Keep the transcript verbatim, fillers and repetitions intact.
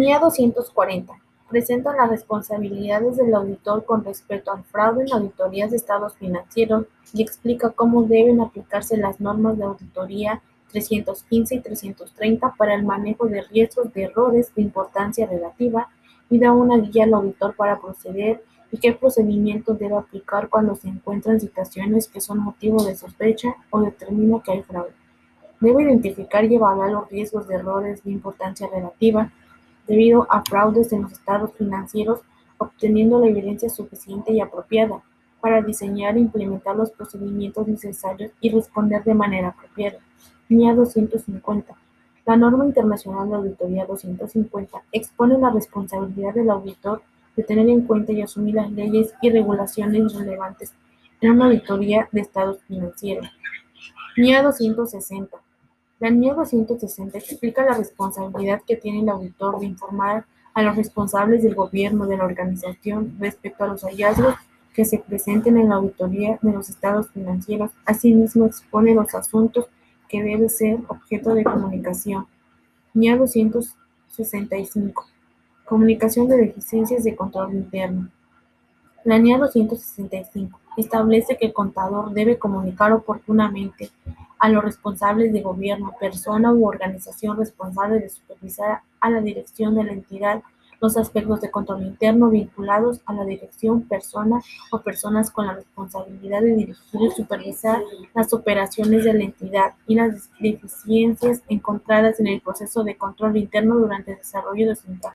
N I A doscientos cuarenta. Presenta las responsabilidades del auditor con respecto al fraude en auditorías de estados financieros y explica cómo deben aplicarse las normas de auditoría trescientos quince y trescientos treinta para el manejo de riesgos de errores de importancia relativa y da una guía al auditor para proceder y qué procedimientos debe aplicar cuando se encuentran situaciones que son motivo de sospecha o determina que hay fraude. Debe identificar y evaluar los riesgos de errores de importancia relativa debido a fraudes en los estados financieros, obteniendo la evidencia suficiente y apropiada para diseñar e implementar los procedimientos necesarios y responder de manera apropiada. N I A doscientos cincuenta. La norma internacional de auditoría doscientos cincuenta expone la responsabilidad del auditor de tener en cuenta y asumir las leyes y regulaciones relevantes en una auditoría de estados financieros. N I A doscientos sesenta. La N I A doscientos sesenta explica la responsabilidad que tiene el auditor de informar a los responsables del gobierno de la organización respecto a los hallazgos que se presenten en la auditoría de los estados financieros. Asimismo, expone los asuntos que deben ser objeto de comunicación. N I A doscientos sesenta y cinco. Comunicación de deficiencias de control interno. La N I A doscientos sesenta y cinco establece que el contador debe comunicar oportunamente a los responsables de gobierno, persona u organización responsable de supervisar a la dirección de la entidad los aspectos de control interno vinculados a la dirección, persona o personas con la responsabilidad de dirigir y supervisar las operaciones de la entidad y las deficiencias encontradas en el proceso de control interno durante el desarrollo de su